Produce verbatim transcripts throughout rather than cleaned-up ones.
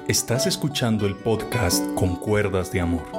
Estás escuchando el podcast Con Cuerdas de Amor.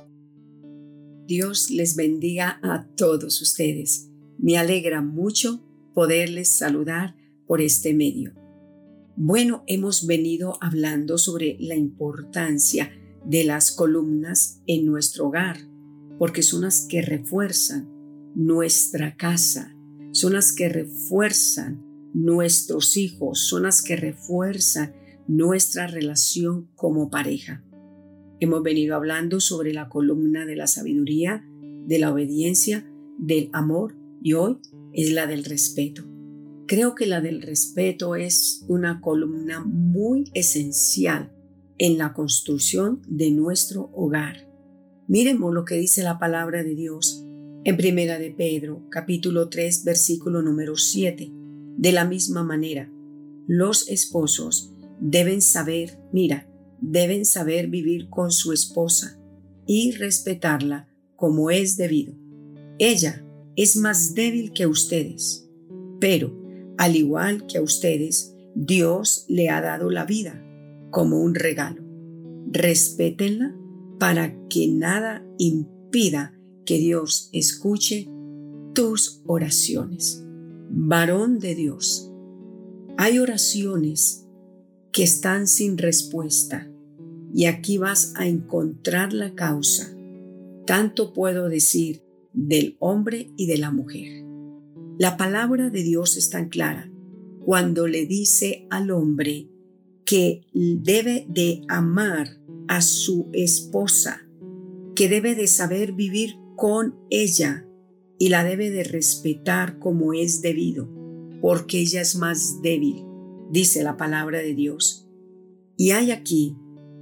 Dios les bendiga a todos ustedes. Me alegra mucho poderles saludar por este medio. Bueno, hemos venido hablando sobre la importancia de las columnas en nuestro hogar, porque son las que refuerzan nuestra casa, son las que refuerzan nuestros hijos, son las que refuerzan nuestra relación como pareja. Hemos venido hablando sobre la columna de la sabiduría, de la obediencia, del amor y hoy es la del respeto. Creo que la del respeto es una columna muy esencial en la construcción de nuestro hogar. Miremos lo que dice la palabra de Dios en Primera de Pedro, capítulo tres, versículo número siete. De la misma manera, los esposos deben saber, mira, deben saber vivir con su esposa y respetarla como es debido. Ella es más débil que ustedes, pero al igual que a ustedes, Dios le ha dado la vida como un regalo. Respétenla para que nada impida que Dios escuche tus oraciones. Varón de Dios, hay oraciones que están sin respuesta y aquí vas a encontrar la causa. Tanto puedo decir del hombre y de la mujer. La palabra de Dios es tan clara cuando le dice al hombre que debe de amar a su esposa, que debe de saber vivir con ella y la debe de respetar como es debido, porque ella es más débil, dice la palabra de Dios. Y hay aquí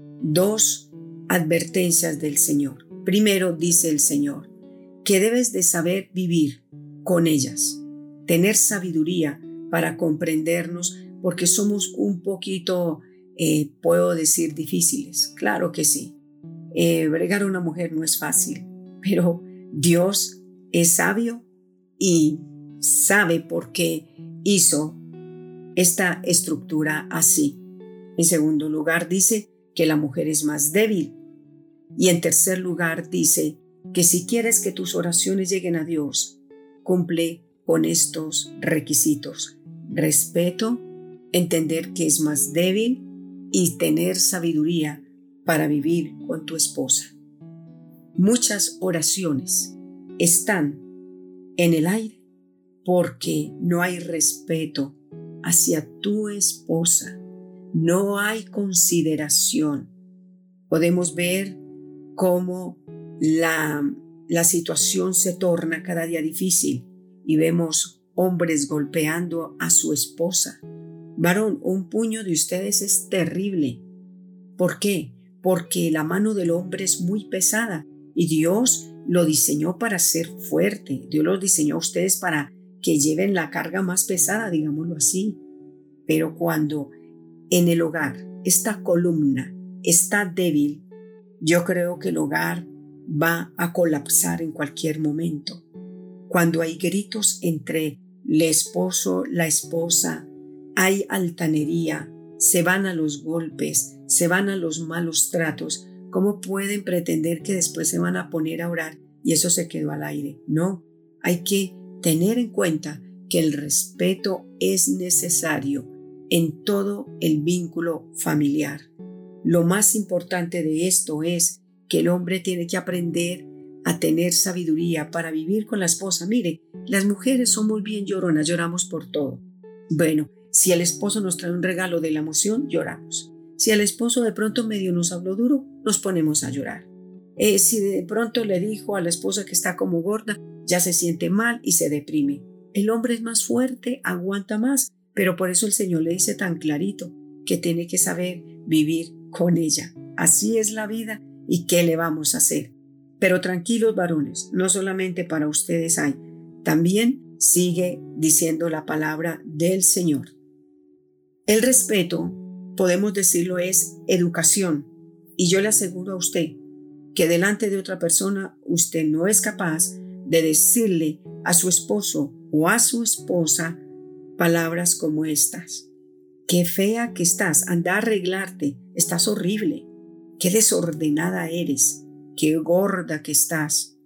dos advertencias del Señor. Primero dice el Señor que debes de saber vivir con ellas, tener sabiduría para comprendernos, porque somos un poquito, eh, puedo decir, difíciles. Claro que sí. Eh, bregar a una mujer no es fácil, pero Dios es sabio y sabe por qué hizo esta estructura así. En segundo lugar, dice que la mujer es más débil. Y en tercer lugar, dice que si quieres que tus oraciones lleguen a Dios, cumple con estos requisitos: respeto, entender que es más débil y tener sabiduría para vivir con tu esposa. Muchas oraciones están en el aire porque no hay respeto hacia tu esposa, no hay consideración. Podemos ver cómo la, la situación se torna cada día difícil y vemos hombres golpeando a su esposa. Varón, un puño de ustedes es terrible. ¿Por qué? Porque la mano del hombre es muy pesada y Dios lo diseñó para ser fuerte. Dios los diseñó a ustedes para que lleven la carga más pesada, digámoslo así. Pero cuando en el hogar esta columna está débil, yo creo que el hogar va a colapsar en cualquier momento. Cuando hay gritos entre el esposo, la esposa, hay altanería, se van a los golpes, se van a los malos tratos, ¿cómo pueden pretender que después se van a poner a orar y eso se quedó al aire? No, hay que tener en cuenta que el respeto es necesario en todo el vínculo familiar. Lo más importante de esto es que el hombre tiene que aprender a tener sabiduría para vivir con la esposa. Mire, las mujeres somos bien lloronas, lloramos por todo. Bueno, si el esposo nos trae un regalo de la emoción, lloramos. Si el esposo de pronto medio nos habló duro, nos ponemos a llorar. Eh, si de pronto le dijo a la esposa que está como gorda, ya se siente mal y se deprime. El hombre es más fuerte, aguanta más, pero por eso el Señor le dice tan clarito que tiene que saber vivir con ella. Así es la vida y ¿qué le vamos a hacer? Pero tranquilos, varones, no solamente para ustedes hay, también sigue diciendo la palabra del Señor. El respeto, podemos decirlo, es educación, y yo le aseguro a usted que delante de otra persona usted no es capaz de decirle a su esposo o a su esposa palabras como estas. qué fea que estás, anda a arreglarte, estás horrible, qué desordenada eres, qué gorda que estás.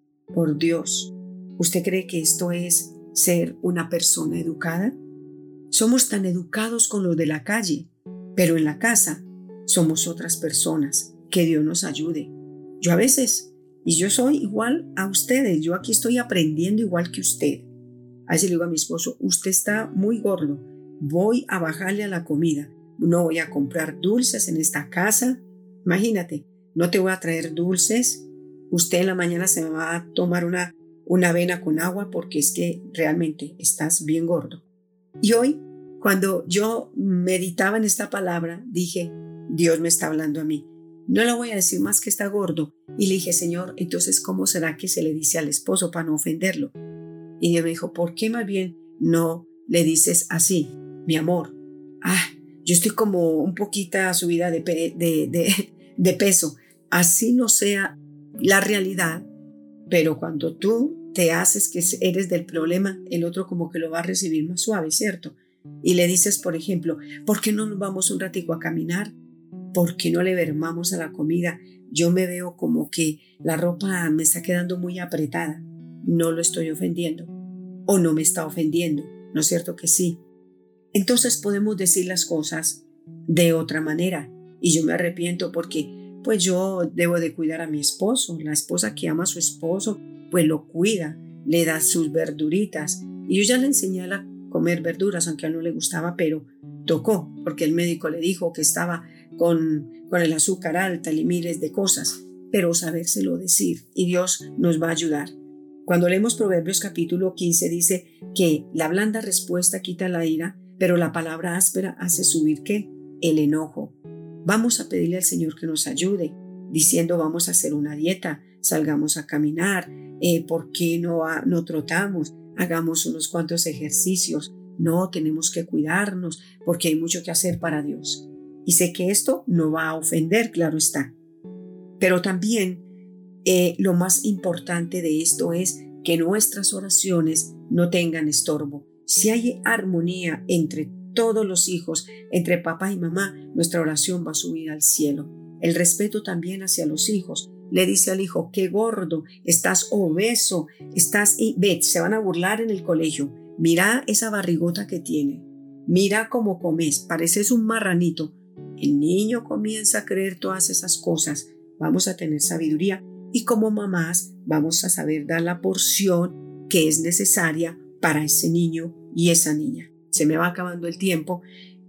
Por Dios, ¿usted cree que esto es ser una persona educada? Somos tan educados con los de la calle, pero en la casa somos otras personas. Que Dios nos ayude. Yo a veces, y yo soy igual a ustedes, yo aquí estoy aprendiendo igual que usted. A veces le digo a mi esposo, usted está muy gordo, voy a bajarle a la comida, no voy a comprar dulces en esta casa. Imagínate, no te voy a traer dulces, usted en la mañana se va a tomar una, una avena con agua porque es que realmente estás bien gordo. Y hoy, cuando yo meditaba en esta palabra, dije, Dios me está hablando a mí. No le voy a decir más que está gordo. Y le dije, Señor, entonces, ¿cómo será que se le dice al esposo para no ofenderlo? Y Dios me dijo, ¿por qué más bien no le dices así? Mi amor, ah, yo estoy como un poquita subida de, pe- de, de, de peso. Así no sea la realidad, pero cuando tú te haces que eres del problema, el otro como que lo va a recibir más suave, ¿cierto? Y le dices, por ejemplo, ¿por qué no nos vamos un ratico a caminar? ¿Por qué no le mermamos a la comida? Yo me veo como que la ropa me está quedando muy apretada. No lo estoy ofendiendo. O no me está ofendiendo. ¿No es cierto que sí? Entonces podemos decir las cosas de otra manera. Y yo me arrepiento porque pues yo debo de cuidar a mi esposo. La esposa que ama a su esposo pues lo cuida, le da sus verduritas. Y yo ya le enseñé a la comer verduras, aunque a él no le gustaba, pero tocó, porque el médico le dijo que estaba con, con el azúcar alta y miles de cosas, pero sabérselo decir, y Dios nos va a ayudar. Cuando leemos Proverbios capítulo quince dice que la blanda respuesta quita la ira, pero la palabra áspera hace subir ¿qué? El enojo. Vamos a pedirle al Señor que nos ayude, diciendo vamos a hacer una dieta, salgamos a caminar, eh, ¿por qué no, a, no trotamos? Hagamos unos cuantos ejercicios. No, tenemos que cuidarnos porque hay mucho que hacer para Dios. Y sé que esto no va a ofender, claro está. Pero también eh, lo más importante de esto es que nuestras oraciones no tengan estorbo. Si hay armonía entre todos los hijos, entre papá y mamá, nuestra oración va a subir al cielo. El respeto también hacia los hijos. Le dice al hijo, qué gordo, estás obeso, estás, y ve, se van a burlar en el colegio. Mira esa barrigota que tiene, mira cómo comes, pareces un marranito. El niño comienza a creer todas esas cosas. Vamos a tener sabiduría y como mamás vamos a saber dar la porción que es necesaria para ese niño y esa niña. Se me va acabando el tiempo.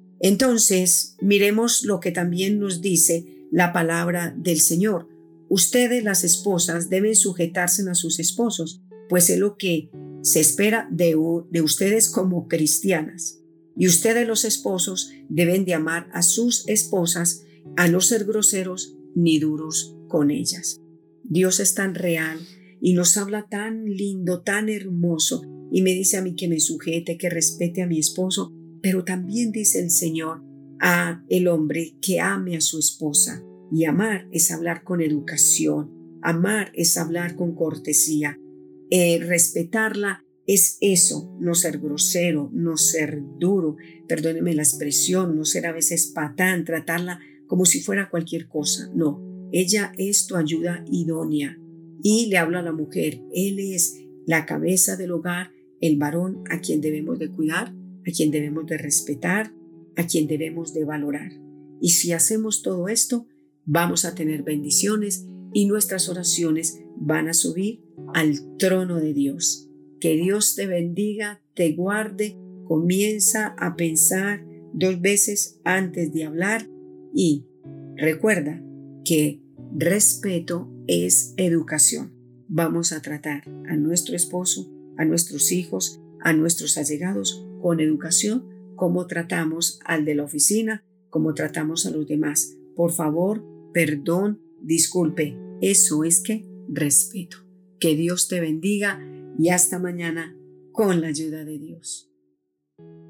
Entonces, miremos lo que también nos dice la palabra del Señor. Ustedes, las esposas, deben sujetarse a sus esposos, pues es lo que se espera de, de ustedes como cristianas. Y ustedes, los esposos, deben de amar a sus esposas, a no ser groseros ni duros con ellas. Dios es tan real y nos habla tan lindo, tan hermoso, y me dice a mí que me sujete, que respete a mi esposo, pero también dice el Señor a el hombre que ame a su esposa. Y amar es hablar con educación, amar es hablar con cortesía, eh, respetarla es eso, no ser grosero, no ser duro, perdóneme la expresión, no ser a veces patán, tratarla como si fuera cualquier cosa, no, ella es tu ayuda idónea. Y le habla a la mujer, él es la cabeza del hogar, el varón a quien debemos de cuidar, a quien debemos de respetar, a quien debemos de valorar. Y si hacemos todo esto, vamos a tener bendiciones y nuestras oraciones van a subir al trono de Dios. Que Dios te bendiga, te guarde, comienza a pensar dos veces antes de hablar y recuerda que respeto es educación. Vamos a tratar a nuestro esposo, a nuestros hijos, a nuestros allegados con educación, como tratamos al de la oficina, como tratamos a los demás. Por favor, perdón, disculpe, eso es que respeto. Que Dios te bendiga y hasta mañana con la ayuda de Dios.